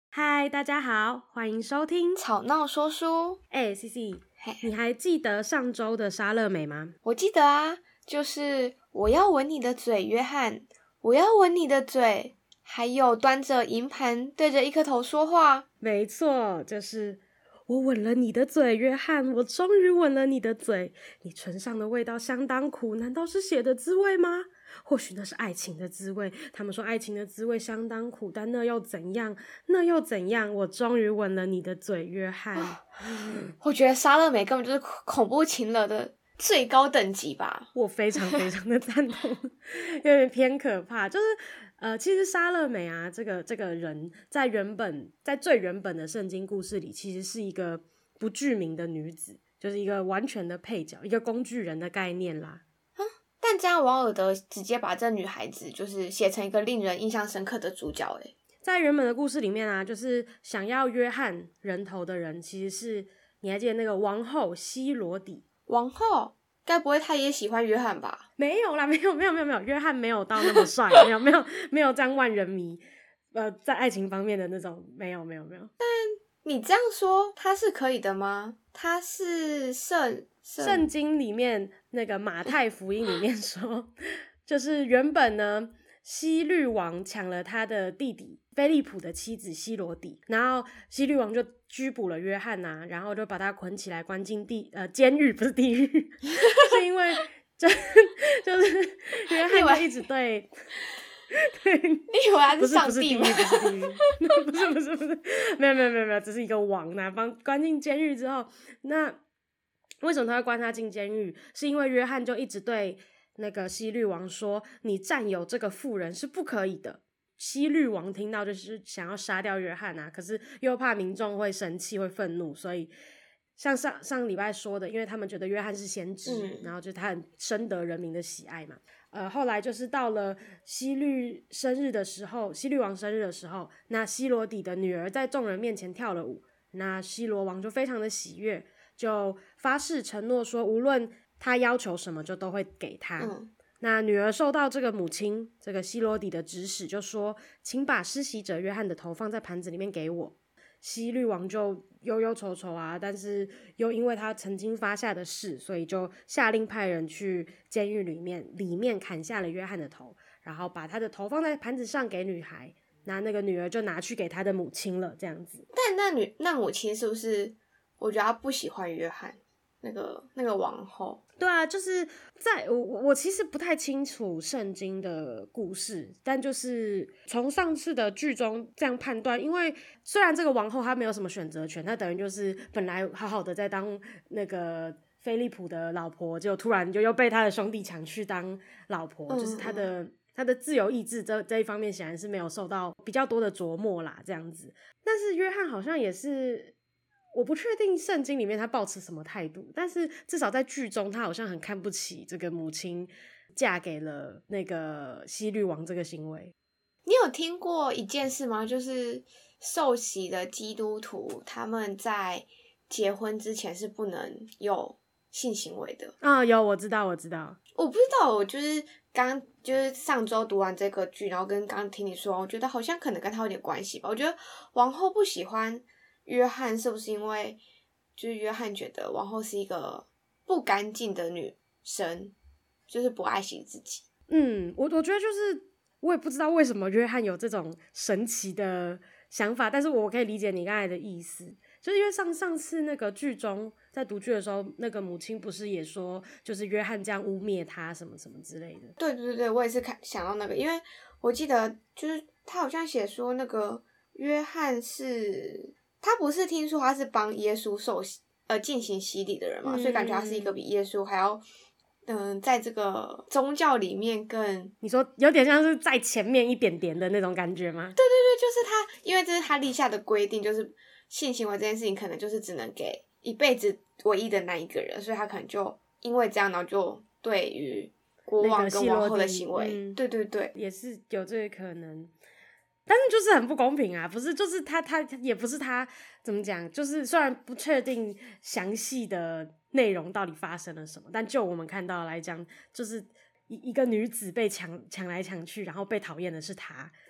嗨，大家好，欢迎收听吵闹说书。 CC， 你还记得上周的莎乐美吗？ 我记得啊，就是我要吻你的嘴，约翰，我要吻你的嘴，还有端着银盘对着一颗头说话。 没错，就是我吻了你的嘴，约翰，我终于吻了你的嘴。你唇上的味道相当苦，难道是血的滋味吗？或许那是爱情的滋味。他们说爱情的滋味相当苦，但那又怎样？那又怎样？我终于吻了你的嘴，约翰。 我觉得莎乐美根本就是恐怖情人的最高等级吧。 我非常非常的赞同，有点偏可怕。就是其实莎乐美啊，这个人在最原本的圣经故事里，其实是一个不具名的女子，就是一个完全的配角，一个工具人的概念啦。 但这样王尔德直接把这女孩子就是写成一个令人印象深刻的主角诶。 在原本的故事里面啊，就是想要约翰人头的人，其实是你还记得那个王后希罗底。 王后该不会她也喜欢约翰吧？ 没有啦，没有，约翰没有到那么帅，没有这样万人迷。在爱情方面的那种，没有。 你这样说他是可以的吗？他是圣经里面那个马太福音里面说，就是原本呢，希律王抢了他的弟弟菲利普的妻子希罗底，然后希律王就拘捕了约翰啊，然后就把他捆起来关进监狱，不是地狱，是因为就是约翰就一直对。对， 你以为他是上帝吗？ 不是地狱，不是，没有，只是一个王呐，关进监狱之后，那为什么他会关他进监狱？是因为约翰就一直对那个希律王说：“你占有这个妇人是不可以的。”希律王听到就是想要杀掉约翰啊，可是又怕民众会生气会愤怒，所以像上礼拜说的，因为他们觉得约翰是先知，然后就他很深得人民的喜爱嘛。后来就是到了希律王生日的时候，那希罗底的女儿在众人面前跳了舞，那希罗王就非常的喜悦，就发誓承诺说，无论他要求什么，就都会给他。那女儿受到这个母亲这个希罗底的指使，就说：“请把施洗者约翰的头放在盘子里面给我。”希律王就忧忧愁愁啊，但是又因为他曾经发下的誓，所以就下令派人去监狱里面砍下了约翰的头，然后把他的头放在盘子上给女孩，那个女儿就拿去给他的母亲了，这样子。 但那母亲是不是？我觉得她不喜欢约翰，那个王后。 对啊，就是我其实不太清楚圣经的故事，但就是从上次的剧中这样判断，因为虽然这个王后她没有什么选择权，她等于就是本来好好的在当那个菲利普的老婆，结果突然就又被他的兄弟抢去当老婆，就是他的自由意志这一方面显然是没有受到比较多的琢磨啦，这样子。但是约翰好像也是。我不确定圣经里面他抱持什么态度，但是至少在剧中他好像很看不起这个母亲嫁给了那个希律王这个行为。 你有听过一件事吗？就是受洗的基督徒他们在结婚之前是不能有性行为的啊。有，我知道。 我不知道，我就是上周读完这个剧，然后跟刚听你说，我觉得好像可能跟他有点关系吧。我觉得王后不喜欢约翰，是不是因为就是约翰觉得王后是一个不干净的女生，就是不爱惜自己？ 我觉得就是我也不知道为什么约翰有这种神奇的想法，但是我可以理解你刚才的意思，就是因为上次那个剧中在读剧的时候，那个母亲不是也说，就是约翰这样污蔑他什么什么之类的。 对，我也是想到那个，因为我记得就是他好像写说那个约翰是。他不是听说他是帮耶稣进行洗礼的人嘛，所以感觉他是一个比耶稣还要在这个宗教里面更， 你说有点像是在前面一点点的那种感觉吗？ 对，就是他，因为这是他立下的规定，就是性行为这件事情可能就是只能给一辈子唯一的那一个人，所以他可能就因为这样，然后就对于国王跟王后的行为，对， 也是有这个可能。但是就是很不公平啊，不是？就是他也不是他怎么讲，就是虽然不确定详细的内容到底发生了什么，但就我们看到来讲，就是一个女子被抢来抢去，然后被讨厌的是他，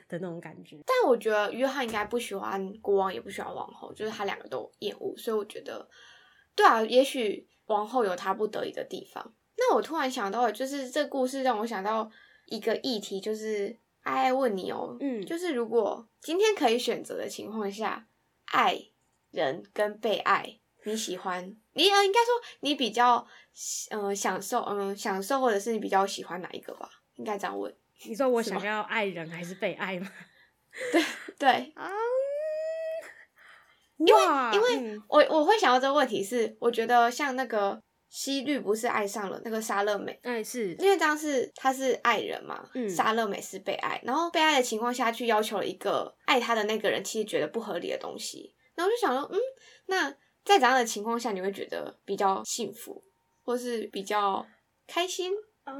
的那种感觉。 但我觉得约翰应该不喜欢国王，也不喜欢王后，就是他两个都厌恶，所以我觉得，对啊，也许王后有他不得已的地方。那我突然想到，就是这故事让我想到一个议题，就是爱问你哦，就是如果今天可以选择的情况下，爱人跟被爱，你喜欢你应该说你比较享受或者是你比较喜欢哪一个吧？应该这样问。 你说我想要爱人还是被爱吗？ 对。因为我会想到这个问题是，我觉得像那个希律不是爱上了那个莎乐美， 是因为这样他是爱人嘛，莎乐美是被爱，然后被爱的情况下去要求了一个爱他的那个人其实觉得不合理的东西，然后就想说，那在怎样的情况下你会觉得比较幸福，或是比较开心？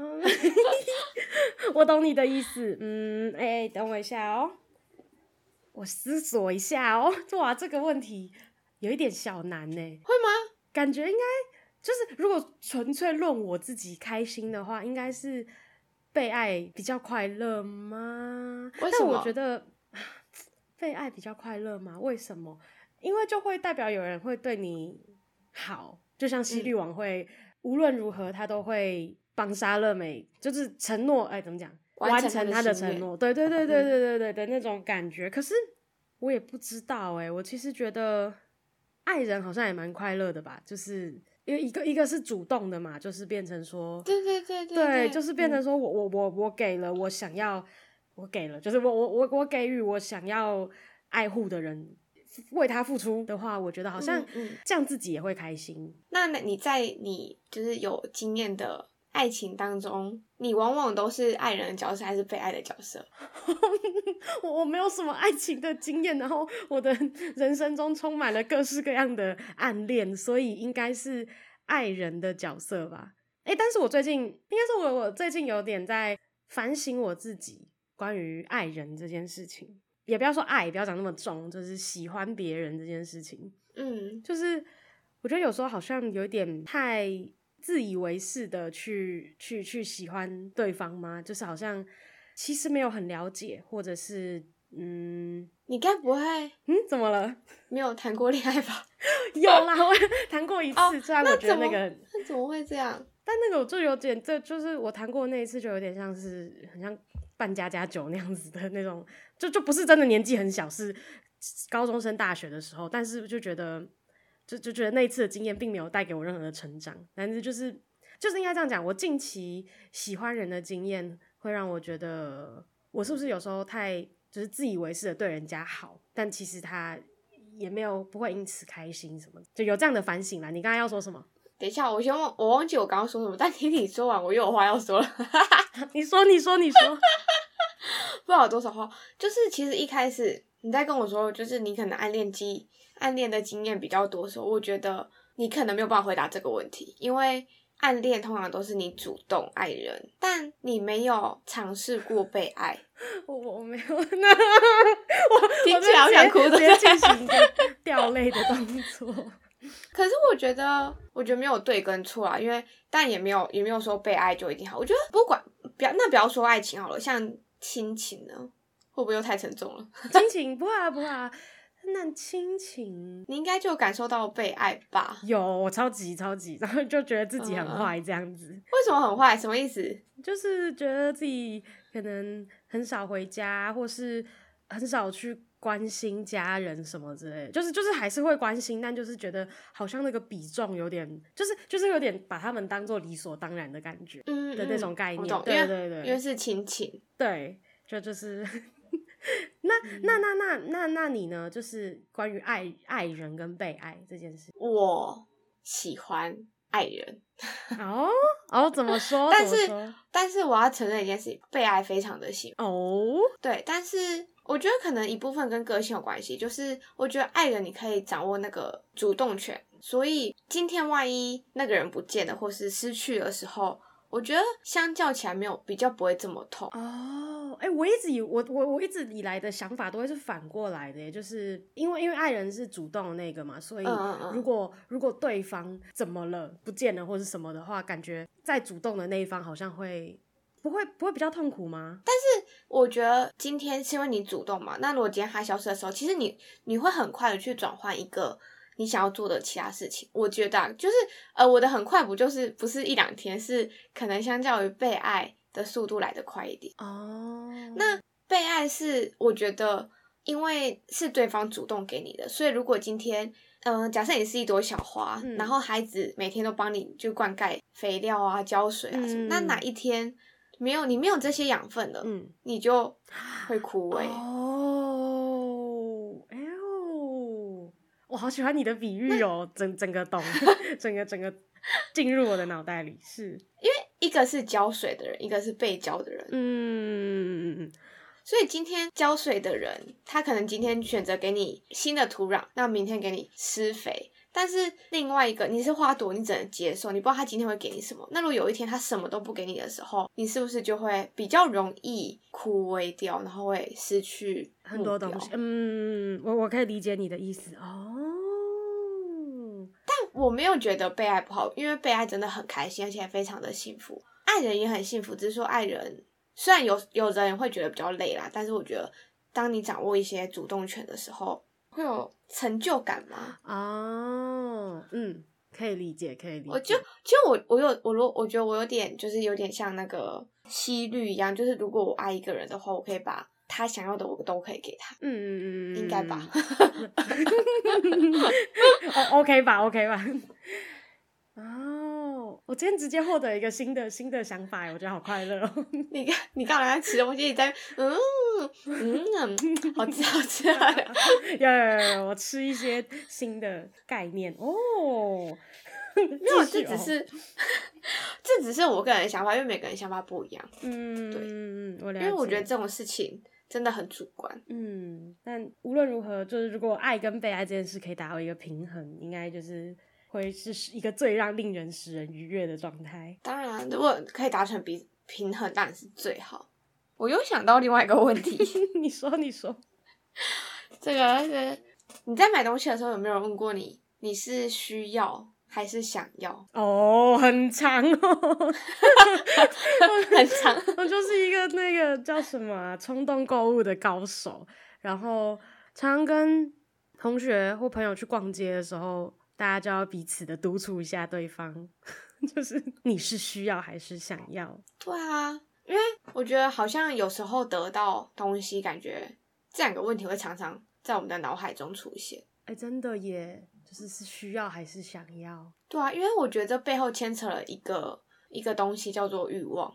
我懂你的意思，等我一下哦。我思索一下哦，哇，这个问题有一点小难呢。 会吗？ 感觉应该就是，如果纯粹论我自己开心的话，应该是被爱比较快乐吗？ 为什么？ 但我觉得被爱比较快乐吗？为什么？因为就会代表有人会对你好，就像希律王会，无论如何他都会帮莎乐美，就是承诺，怎么讲？完成他的承诺，对的那种感觉。可是我也不知道我其实觉得爱人好像也蛮快乐的吧，就是因为一个是主动的嘛，就是变成说，对，就是变成说我给了我想要，我给了，就是我给予我想要爱护的人，为他付出的话，我觉得好像这样自己也会开心。 那你在你就是有经验的爱情当中，你往往都是爱人的角色还是被爱的角色？ 我没有什么爱情的经验，然后我的人生中充满了各式各样的暗恋，所以应该是爱人的角色吧。但是我最近应该说我最近有点在反省我自己关于爱人这件事情，也不要说爱，不要讲那么重，就是喜欢别人这件事情。就是我觉得有时候好像有点太自以为是的去喜欢对方吗？就是好像其实没有很了解，或者是你该不会怎么了？ 没有谈过恋爱吧？ 有啦，我谈过一次，虽然我觉得那怎么会这样？ 但那个我就有点，这就是我谈过那一次，就有点像是很像扮家家酒那样子的那种，就不是真的年纪很小，是高中升大学的时候，但是就觉得。就觉得那一次的经验并没有带给我任何的成长，但是就是应该这样讲，我近期喜欢人的经验会让我觉得我是不是有时候太就是自以为是的对人家好，但其实他也没有不会因此开心什么，就有这样的反省啦。你刚才要说什么？ 等一下，我忘记我刚刚说什么，但听你说完，我又有话要说了。 你说，不知道有多少话，就是其实一开始你在跟我说，就是你可能暗恋的经验比较多的时候，我觉得你可能没有办法回答这个问题，因为暗恋通常都是你主动爱人，但你没有尝试过被爱。 我没有，那我听起来好想哭的， 直接进行一个掉泪的动作。 可是我觉得没有对跟错啊，因为但也没有说被爱就一定好。我觉得不管不要说爱情好了，像亲情呢，会不会又太沉重了？ 亲情不会啊。那亲情， 你应该就感受到被爱吧？ 有，我超级，然后就觉得自己很坏这样子。 为什么很坏？什么意思？ 就是觉得自己可能很少回家，或是很少去关心家人什么之类的。就是还是会关心，但就是觉得好像那个比重有点，就是有点把他们当作理所当然的感觉的那种概念。对， 因为是亲情。 对，就是。那你呢？就是关于爱人跟被爱这件事， 我喜欢爱人。 怎么说？ 但是我要承认一件事情，被爱非常的喜欢。对，但是我觉得可能一部分跟个性有关系，就是我觉得爱人你可以掌握那个主动权，所以今天万一那个人不见了或是失去的时候，我觉得相较起来比较不会这么痛。 我一直以来的想法都会是反过来的耶，就是因为爱人是主动的那个嘛，所以如果对方怎么了不见了或是什么的话，感觉在主动的那一方好像会不会比较痛苦吗？ 我觉得今天是因为你主动嘛，那如果今天他消失的时候，其实你会很快的去转换一个你想要做的其他事情。我觉得就是我的很快不是一两天，是可能相较于被爱的速度来得快一点。那被爱是我觉得因为是对方主动给你的，所以如果今天假设你是一朵小花，然后孩子每天都帮你就灌溉肥料啊、浇水啊什么，那哪一天你没有这些养分了，你就会枯萎。 我好喜欢你的比喻哦，整个懂，整个进入我的脑袋里，是因为一个是浇水的人，一个是被浇的人。所以今天浇水的人，他可能今天选择给你新的土壤，那明天给你施肥。但是另外一个，你是花朵，你只能接受，你不知道他今天会给你什么。那如果有一天他什么都不给你的时候，你是不是就会比较容易枯萎掉，然后会失去很多东西？我可以理解你的意思但我没有觉得被爱不好，因为被爱真的很开心，而且非常的幸福。爱人也很幸福，只是说爱人虽然有人会觉得比较累啦，但是我觉得当你掌握一些主动权的时候，会有成就感吗？ 可以理解，可以理解。 我觉得我有点就是有点像那个西律一样，就是如果我爱一个人的话，我可以把他想要的我都可以给他。应该吧 ？OK 吧。我今天直接获得一个新的想法，我觉得好快乐哦。 你刚才在吃东西，你在好吃啊！ 有，我吃一些新的概念哦。 没有，这只是我个人的想法，因为每个人想法不一样。对，因为我觉得这种事情真的很主观。 但无论如何，就是如果爱跟被爱这件事可以达到一个平衡，应该就是会是一个最令人使人愉悦的状态。 当然，如果可以达成平衡，当然是最好。我又想到另外一个问题， 你说， 这个你在买东西的时候有没有人问过你是需要还是想要？ 很长哦， 很长。 我就是一个那个叫什么冲动购物的高手，然后常常跟同学或朋友去逛街的时候，大家就要彼此的督促一下对方，就是你是需要还是想要？ 对啊，因为我觉得好像有时候得到东西，感觉这两个问题会常常在我们的脑海中出现。 真的耶，就是需要还是想要？ 对啊，因为我觉得这背后牵扯了一个东西叫做欲望。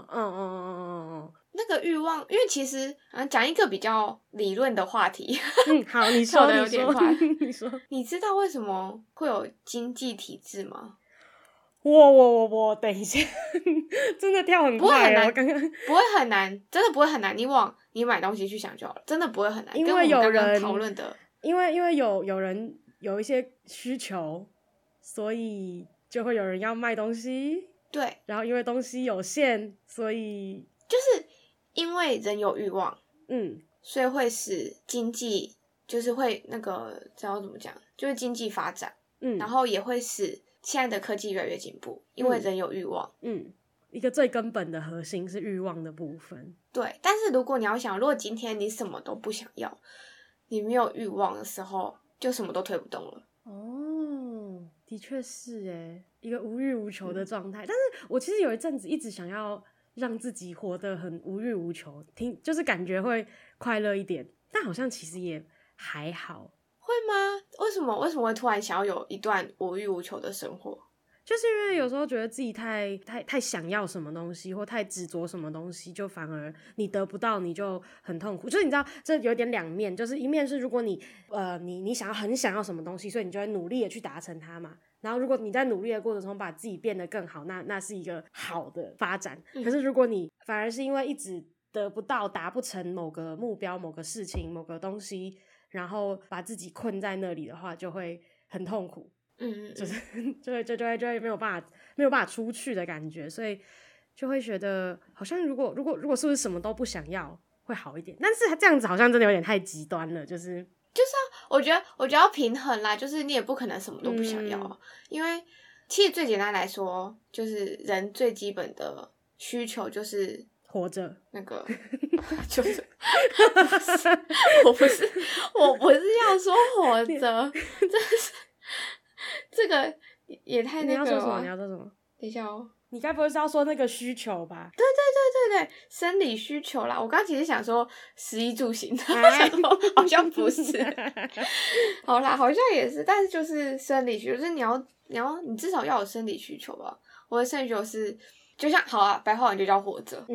那个欲望，因为其实讲一个比较理论的话题。 好，你说的有点快。 你说， 你知道为什么会有经济体制吗？ 我等一下，真的跳很快哦，刚刚不会很难，真的不会很难。你买东西去想就好了，真的不会很难。 因为有人讨论的， 因为有人有一些需求，所以就会有人要卖东西。 对， 然后因为东西有限，所以就是因为人有欲望，所以会使经济就是会那个知道怎么讲，就是经济发展，然后也会使现在的科技越来越进步，因为人有欲望。 一个最根本的核心是欲望的部分。 对，但是如果你要想，如果今天你什么都不想要，你没有欲望的时候，就什么都推不动了。 的确是耶，一个无欲无求的状态。但是我其实有一阵子一直想要让自己活得很无欲无求，就是感觉会快乐一点，但好像其实也还好。 会吗？为什么会突然想要有一段无欲无求的生活？ 就是因为有时候觉得自己太想要什么东西，或太执着什么东西，就反而你得不到，你就很痛苦。就是你知道，这有点两面，就是一面是如果你很想要什么东西，所以你就会努力的去达成它嘛。然后如果你在努力的过程中把自己变得更好，那是一个好的发展。可是如果你反而是因为一直得不到、达不成某个目标、某个事情、某个东西，然后把自己困在那里的话，就会很痛苦。就会没有办法出去的感觉，所以就会觉得好像如果是不是什么都不想要会好一点，但是这样子好像真的有点太极端了，就是我觉得要平衡啦，就是你也不可能什么都不想要，因为其实最简单来说，就是人最基本的需求就是活着， 那个就是我不是要说活着，这个也太那个了吧。 你要说什么？ 等一下哦。 你该不会是要说那个需求吧？ 对，生理需求啦。我刚其实想说食衣住行，想说好像不是。好啦，好像也是，但是就是生理需求，就是你至少要有生理需求吧。我的生理需求是，就像好啊，白话文就叫活着。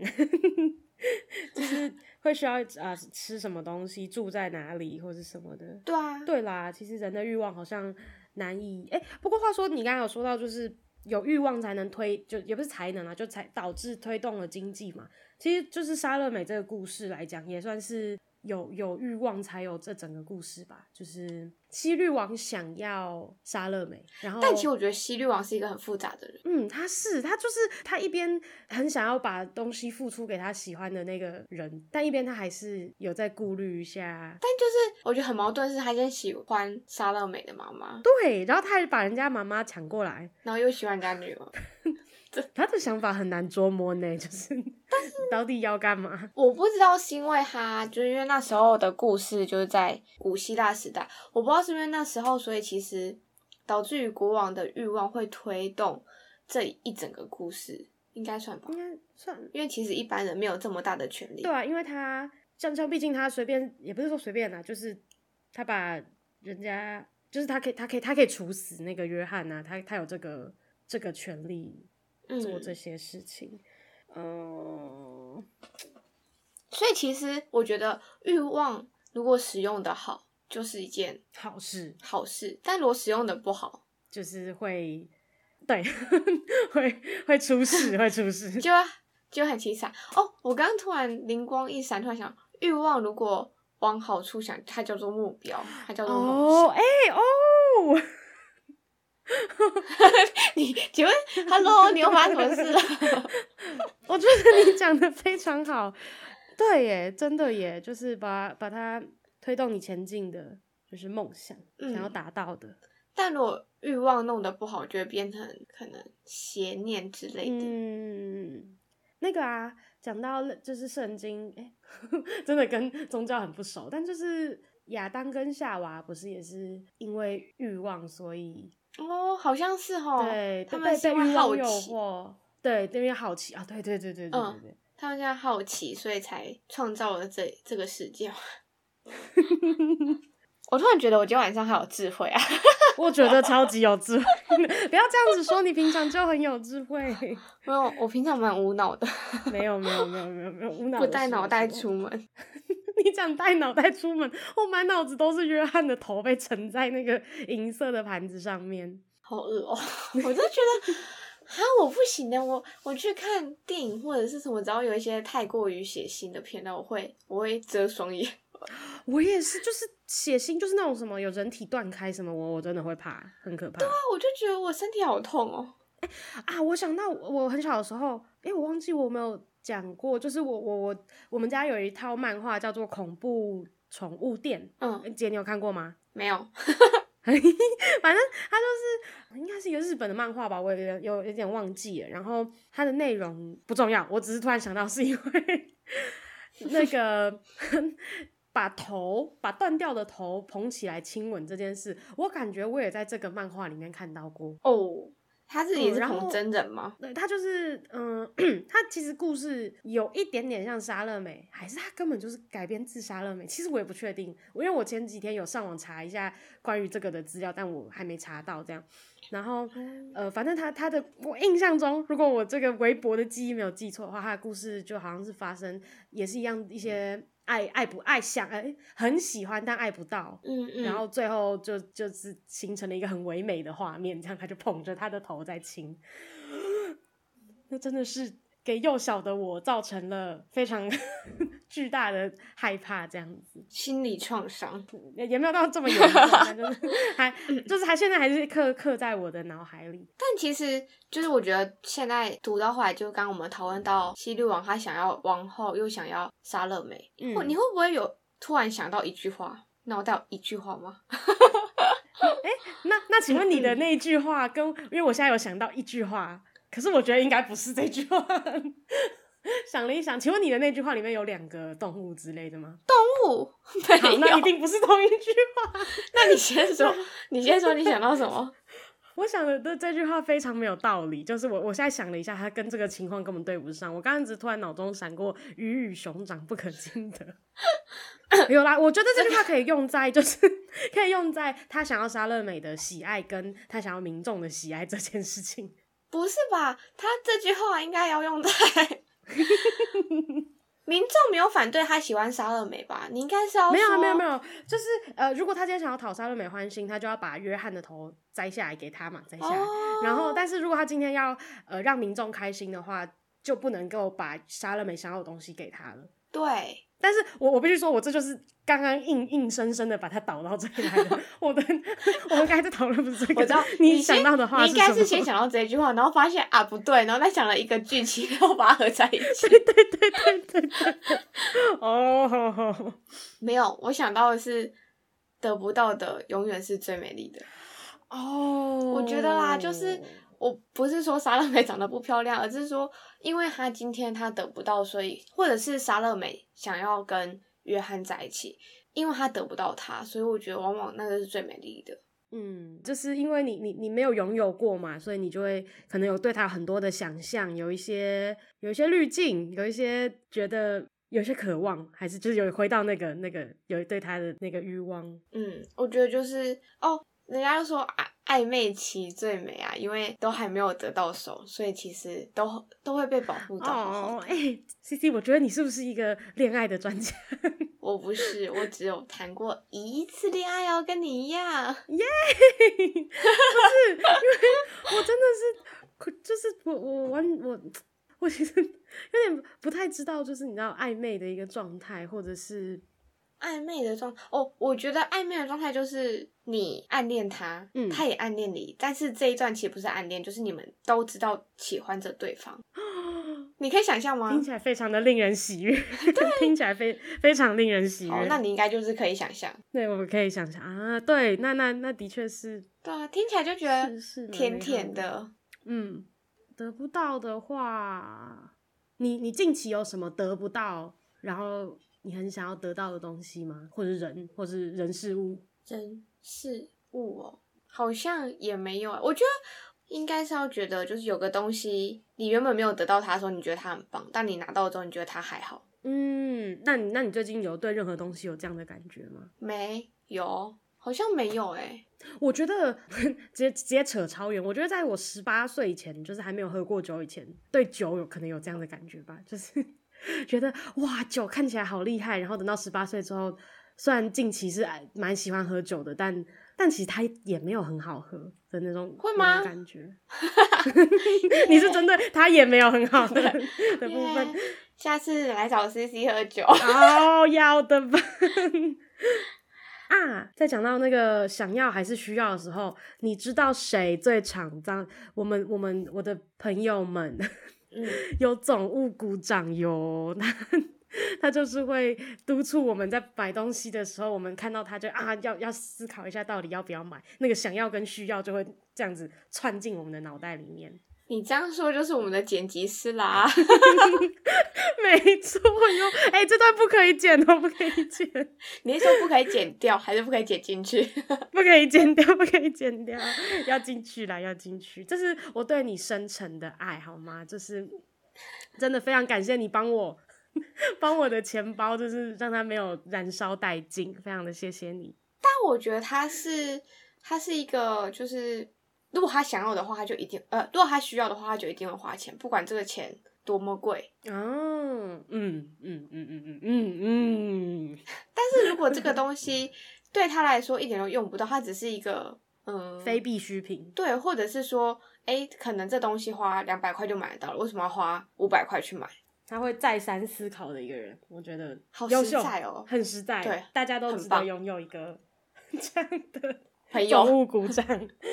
就是会需要吃什么东西，住在哪里或是什么的。 对啊， 对啦，其实人的欲望好像难以不过话说，你刚才有说到，就是有欲望才能就也不是才能啊，就才导致推动了经济嘛。其实就是莎乐美这个故事来讲，也算是有欲望才有这整个故事吧。就是希律王想要莎乐美，然后但其实我觉得希律王是一个很复杂的人。 他就是他一边很想要把东西付出给他喜欢的那个人，但一边他还是有在顾虑一下。 但就是我觉得很矛盾，是他先喜欢莎乐美的妈妈， 对，然后他还把人家妈妈抢过来， 然后又喜欢人家女儿。 他的想法很难捉摸呢，就是到底要干嘛？ 我不知道是因为他，就是因为那时候的故事就是在古希腊时代，我不知道是因为那时候，所以其实导致于国王的欲望会推动这一整个故事，应该算吧？ 应该算， 因为其实一般人没有这么大的权利。 对啊，因为他像毕竟他随便，也不是说随便啦，就是他把人家，就是他可以处死那个约翰啊，他有这个权利。做这些事情， 所以其实我觉得欲望如果使用的好，就是一件好事， 但如果使用的不好， 就是会，对，会出事， 就很凄惨哦。我刚刚突然灵光一闪，突然想，欲望如果往好处想，它叫做目标，它叫做梦想。请问 ，Hello， 你又发生什么事了？ 我觉得你讲的非常好，对耶，真的耶，就是把它推动你前进的，就是梦想，想要达到的。 但如果欲望弄得不好，就会变成可能邪念之类的。 那个啊，讲到就是圣经，真的跟宗教很不熟，但就是亚当跟夏娃不是也是因为欲望，所以。 好像是齁。 对， 他们是因为好奇。 对，因为好奇啊，对。 他们现在好奇，所以才创造了这个世界。我突然觉得我今天晚上好有智慧啊！ 我觉得超级有智慧，不要这样子说，你平常就很有智慧。 没有，我平常蛮无脑的。 没有无脑， 不带脑袋出门。 你讲带脑袋出门，我满脑子都是约翰的头被盛在那个银色的盘子上面， 好恶哦！我就觉得我不行的，我去看电影或者是什么，只要有一些太过于血腥的片段，我会遮双眼。 我也是，就是血腥，就是那种什么有人体断开什么，我真的会怕，很可怕。 对啊，我就觉得我身体好痛哦。 我想到我很小的时候，我忘记我有没有讲过，就是我们家有一套漫画叫做《恐怖宠物店》。姐你有看过吗？ 没有。 反正它就是应该是一个日本的漫画吧，我有点忘记了。然后它的内容不重要，我只是突然想到是因为那个把断掉的头捧起来亲吻这件事，我感觉我也在这个漫画里面看到过。 他也是捧真人吗？ 对，他就是他其实故事有一点点像莎乐美，还是他根本就是改编自莎乐美，其实我也不确定，因为我前几天有上网查一下关于这个的资料，但我还没查到这样。然后反正他的我印象中，如果我这个微博的记忆没有记错的话，他的故事就好像是发生也是一样一些爱不爱想很喜欢但爱不到，然后最后就是形成了一个很唯美的画面，这样他就捧着他的头在亲，那真的是给幼小的我造成了非常巨大的害怕，这样子心理创伤也没有到这么严重，但就是还现在还是刻在我的脑海里。 但其实就是我觉得现在读到后来，就刚刚我们讨论到希律王他想要王后又想要莎乐美，你会不会有突然想到一句话？脑袋有一句话吗？ 那请问你的那一句话因为我现在有想到一句话， 可是我觉得应该不是这句话。想了一想，请问你的那句话里面有2个动物之类的吗？ 动物没好， 有， 那一定不是同一句话。 那你先说，你想到什么？ 我想的这句话非常没有道理，就是我现在想了一下，它跟这个情况根本对不上。我刚刚只突然脑中闪过“鱼与熊掌不可兼得”，有啦，我觉得这句话可以用在，就是可以用在他想要莎乐美的喜爱跟他想要民众的喜爱这件事情。 不是吧？他这句话应该要用在民众没有反对他喜欢莎乐美吧？你应该是要说没有，就是如果他今天想要讨莎乐美欢心，他就要把约翰的头摘下来给他嘛，摘下来。然后，但是如果他今天要让民众开心的话，就不能够把莎乐美想要的东西给他了。 对。 但是我必须说，我这就是刚刚硬生生的把它导到这里来的。我们刚才在讨论不是这个， 我知道你想到的话你应该是先什么想到这句话，然后发现啊不对，然后再想了一个剧情，然后把它合在一起。 对。哦， 没有，我想到的是得不到的永远是最美丽的。 哦， 我觉得啦，就是我不是说莎乐美长得不漂亮，而是说因为她今天她得不到，所以或者是莎乐美想要跟约翰在一起，因为她得不到他，所以我觉得往往那个是最美丽的。 就是因为你没有拥有过嘛，所以你就会可能有对他很多的想象，有一些滤镜，有一些觉得有一些渴望，还是就是有回到那个有对他的那个欲望。 我觉得就是人家就说暧昧期最美啊，因为都还没有得到手，所以其实都会被保护到。 CC， 我觉得你是不是一个恋爱的专家？ 我不是，我只有谈过1次恋爱哦，跟你一样。 耶！不是，因为我真的是，就是我其实有点不太知道，就是你知道暧昧的一个状态，或者是暧昧的状态我觉得暧昧的状态就是你暗恋他，他也暗恋你，但是这一段其实不是暗恋，就是你们都知道喜欢着对方。你可以想象吗？ 听起来非常的令人喜悦，听起来非常令人喜悦。 那你应该就是可以想象。 对，我可以想象啊，对，那的确是。 对啊，听起来就觉得甜甜的。 得不到的话，你近期有什么得不到，然后你很想要得到的东西吗？或者人，或是人事物？ 人事物好像也没有。我觉得应该是要觉得，就是有个东西你原本没有得到它的时候，你觉得它很棒，但你拿到之后，你觉得它还好。 那你最近有对任何东西有这样的感觉吗？ 没有，好像没有我觉得直接扯超远。我觉得在我18岁以前，就是还没有喝过酒以前，对酒可能有这样的感觉吧，就是觉得哇酒看起来好厉害。然后等到18岁之后，虽然近期是蛮喜欢喝酒的，但其实它也没有很好喝的那种， 会吗？ 那种感觉。你是针对它也没有很好的部分。 下次来找 CC 喝酒。 要的吧。在讲到那个想要还是需要的时候，你知道谁最常当我的朋友们有总务股长哟。他就是会督促我们在买东西的时候，我们看到他就要思考一下到底要不要买，那个想要跟需要就会这样子窜进我们的脑袋里面。 你这样说就是我们的剪辑师啦。 没错哟，这段不可以剪不可以剪。 你是说不可以剪掉还是不可以剪进去？ 不可以剪掉，不可以剪掉，要进去啦，要进去。这是我对你深沉的爱，好吗？就是真的非常感谢你帮我的钱包，就是让它没有燃烧殆尽，非常的谢谢你。 但我觉得他是一个，就是如果他想要的话，他就一定如果他需要的话，他就一定会花钱，不管这个钱多么贵。但是如果这个东西对他来说一点都用不到，他只是一个非必需品， 对，或者是说可能这东西花200块就买得到了，为什么要花500块去买？ 他会再三思考的一个人，我觉得好优秀， 实在哦， 很实在， 对， 大家都值得拥有一个这样的朋友。 总务股长。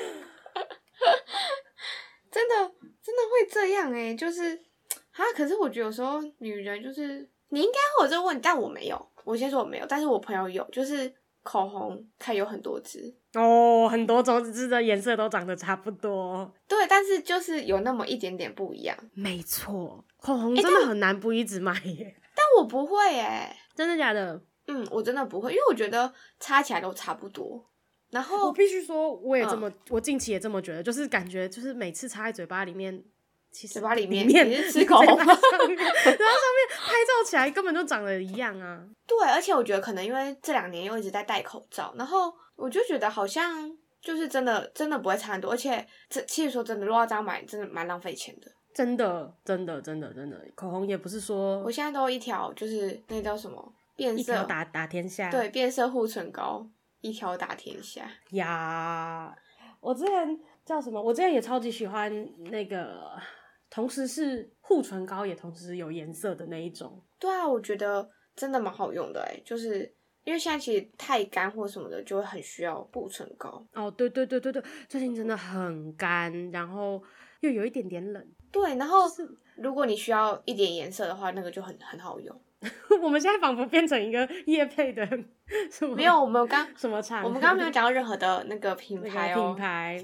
真的会这样就是可是我觉得有时候女人就是你应该会有这个问题，但我没有。我先说我没有，但是我朋友有，就是口红看有很多支哦，很多种支的颜色都长得差不多。 对，但是就是有那么一点点不一样。 没错，口红真的很难不一直买耶。 但我不会耶。 真的假的？ 我真的不会，因为我觉得擦起来都差不多。然后我必须说，我也这么，我近期也这么觉得，就是感觉就是每次擦在嘴巴里面，其实嘴巴里面你是吃口红吗？ 然后上面拍照起来根本就长得一样啊。 对，而且我觉得可能因为这2年又一直在戴口罩，然后我就觉得好像就是真的不会差很多，而且其实说真的，如果要这样买，真的蛮浪费钱的。 真的，口红也不是说我现在都一条，就是那叫什么变色， 一条打天下。 对，变色护唇膏一条打天下呀。我之前叫什么？我之前也超级喜欢那个，同时是护唇膏，也同时有颜色的那一种。 对啊，我觉得真的蛮好用的就是因为现在其实太干或什么的，就会很需要护唇膏。 哦，对，最近真的很干，然后又有一点点冷。 对，然后如果你需要一点颜色的话，那个就很好用。 我们现在仿佛变成一个业配的什么？ 没有，我们什么厂？ 我们刚刚没有讲到任何的那个品牌品牌。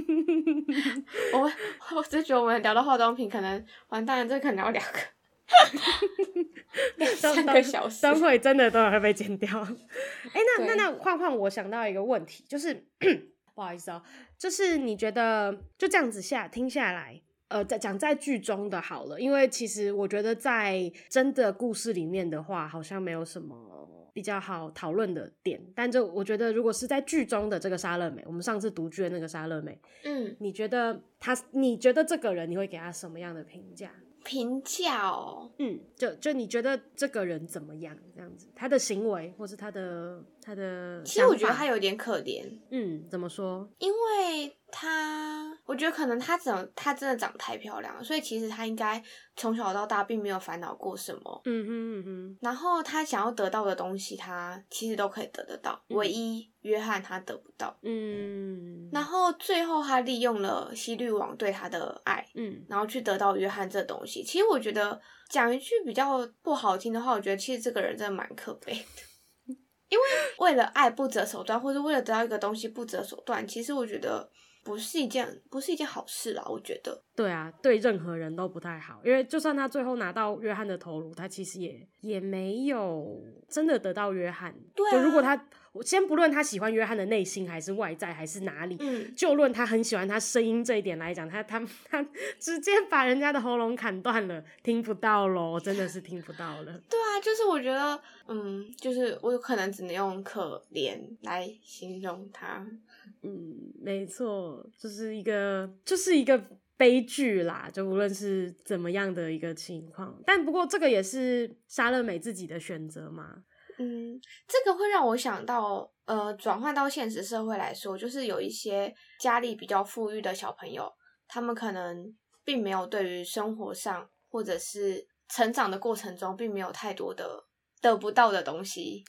我只觉得我们聊到化妆品，可能完蛋了，这可能要23个小时， 等会真的都会被剪掉。那换我想到一个问题，就是不好意思就是你觉得就这样子听下来，讲在剧中的好了，因为其实我觉得在真的故事里面的话，好像没有什么比较好讨论的点，但就我觉得如果是在剧中的这个莎乐美，我们上次读剧的那个莎乐美，你觉得这个人你会给他什么样的评价？ 评价哦， 就你觉得这个人怎么样？这样子，他的行为或是他的其实我觉得他有点可怜。 怎么说？ 因为我觉得可能他真的长得太漂亮了，所以其实他应该从小到大并没有烦恼过什么。然后他想要得到的东西，他其实都可以得得到，唯一约翰他得不到。然后最后他利用了希律王对他的爱，然后去得到约翰这东西。其实我觉得讲一句比较不好听的话，我觉得其实这个人真的蛮可悲的。因为为了爱不择手段，或者为了得到一个东西不择手段，其实我觉得不是一件好事啦。我觉得对啊，对任何人都不太好，因为就算他最后拿到约翰的头颅，他其实也没有真的得到约翰。 对啊， 就如果我先不论他喜欢约翰的内心还是外在还是哪里，就论他很喜欢他声音这一点来讲，他直接把人家的喉咙砍断了，听不到咯，真的是听不到了。 对啊，就是我觉得就是我有可能只能用可怜来形容他。 没错，就是一个悲剧啦，就无论是怎么样的一个情况，但不过这个也是莎乐美自己的选择嘛。 这个会让我想到转换到现实社会来说，就是有一些家里比较富裕的小朋友，他们可能并没有对于生活上或者是成长的过程中并没有太多的得不到的东西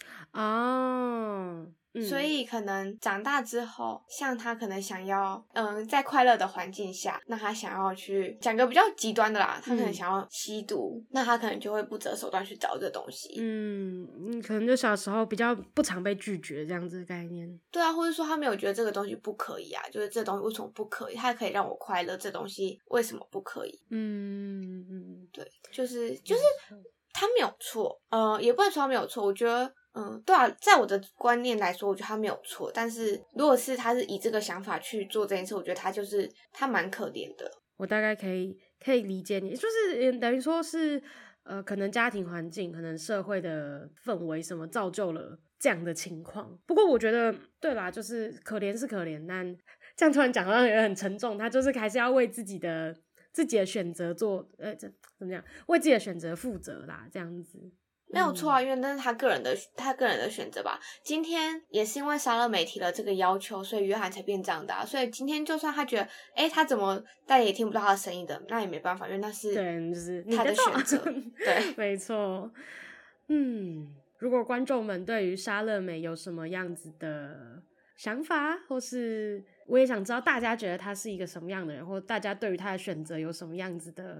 所以可能长大之后，像他可能想要在快乐的环境下，那他想要去讲个比较极端的啦，他可能想要吸毒，那他可能就会不择手段去找这东西。 可能就小时候比较不常被拒绝这样子的概念。 对啊，或者说他没有觉得这个东西不可以啊，就是这东西为什么不可以？它可以让我快乐，这东西为什么不可以？对，就是他没有错，也不能说他没有错，我觉得对啊，在我的观念来说，我觉得他没有错。但是如果是他是以这个想法去做这件事，我觉得他蛮可怜的。 我大概可以理解你，就是等于说是可能家庭环境，可能社会的氛围什么造就了这样的情况。不过我觉得对啦，就是可怜是可怜，但这样突然讲好像也很沉重。他就是还是要为自己的选择做怎么讲，为自己的选择负责啦，这样子。 没有错啊，因为那是他个人的选择吧。今天也是因为莎乐美提了这个要求，所以约翰才变这样的所以今天就算他觉得他怎么再也听不到他的声音的，那也没办法，因为那是对，就是他的选择。对， 没错。如果观众们对于莎乐美有什么样子的想法，或是我也想知道大家觉得他是一个什么样的人，或大家对于他的选择有什么样子的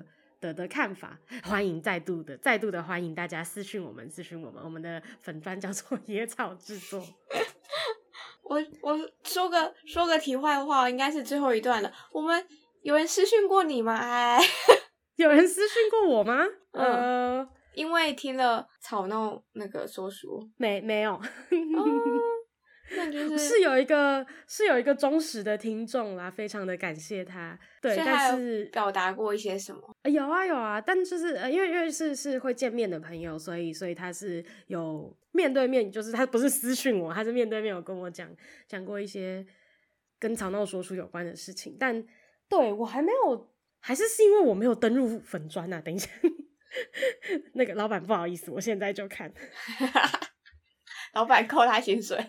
的看法，欢迎再度的欢迎大家私讯我们，我们的粉专叫做野草制作。 我说个题外话，应该是最后一段了。我们有人私讯过你吗？哎， 有人私讯过我吗？ 因为听了吵闹那个说书， 没有。 那就是是有一个忠实的听众啦，非常的感谢他。对，但是表达过一些什么？ 有啊，但就是因为是会见面的朋友，所以他是有面对面，就是他不是私讯我，他是面对面有跟我讲过一些跟吵闹说书有关的事情。但对我还没有，还是因为我没有登入粉专啊。等一下，那个老板不好意思，我现在就看。 老板扣他薪水。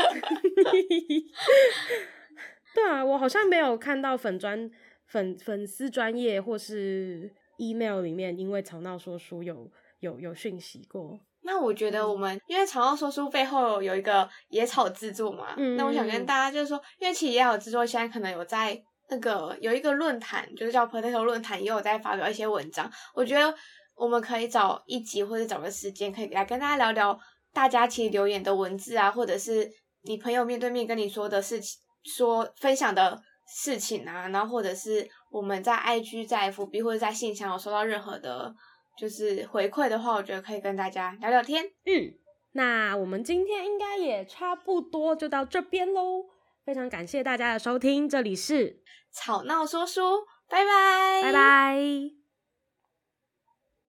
对啊，我好像没有看到粉丝专页或是 email 里面因为吵闹说书有讯息过。 那我觉得我们因为吵闹说书背后有一个野草制作嘛，那我想跟大家就是说，因为其实野草制作现在可能有在那个有一个论坛，就是叫 Potato 论坛，也有在发表一些文章。我觉得我们可以找一集或者找个时间，可以来跟大家聊聊大家其实留言的文字啊，或者是你朋友面对面跟你说的事情，分享的事情啊，然后或者是我们在 IG 在 FB 或者在信箱有收到任何的就是回馈的话，我觉得可以跟大家聊聊天。 那我们今天应该也差不多就到这边咯，非常感谢大家的收听，这里是吵闹说书，拜拜， 拜拜。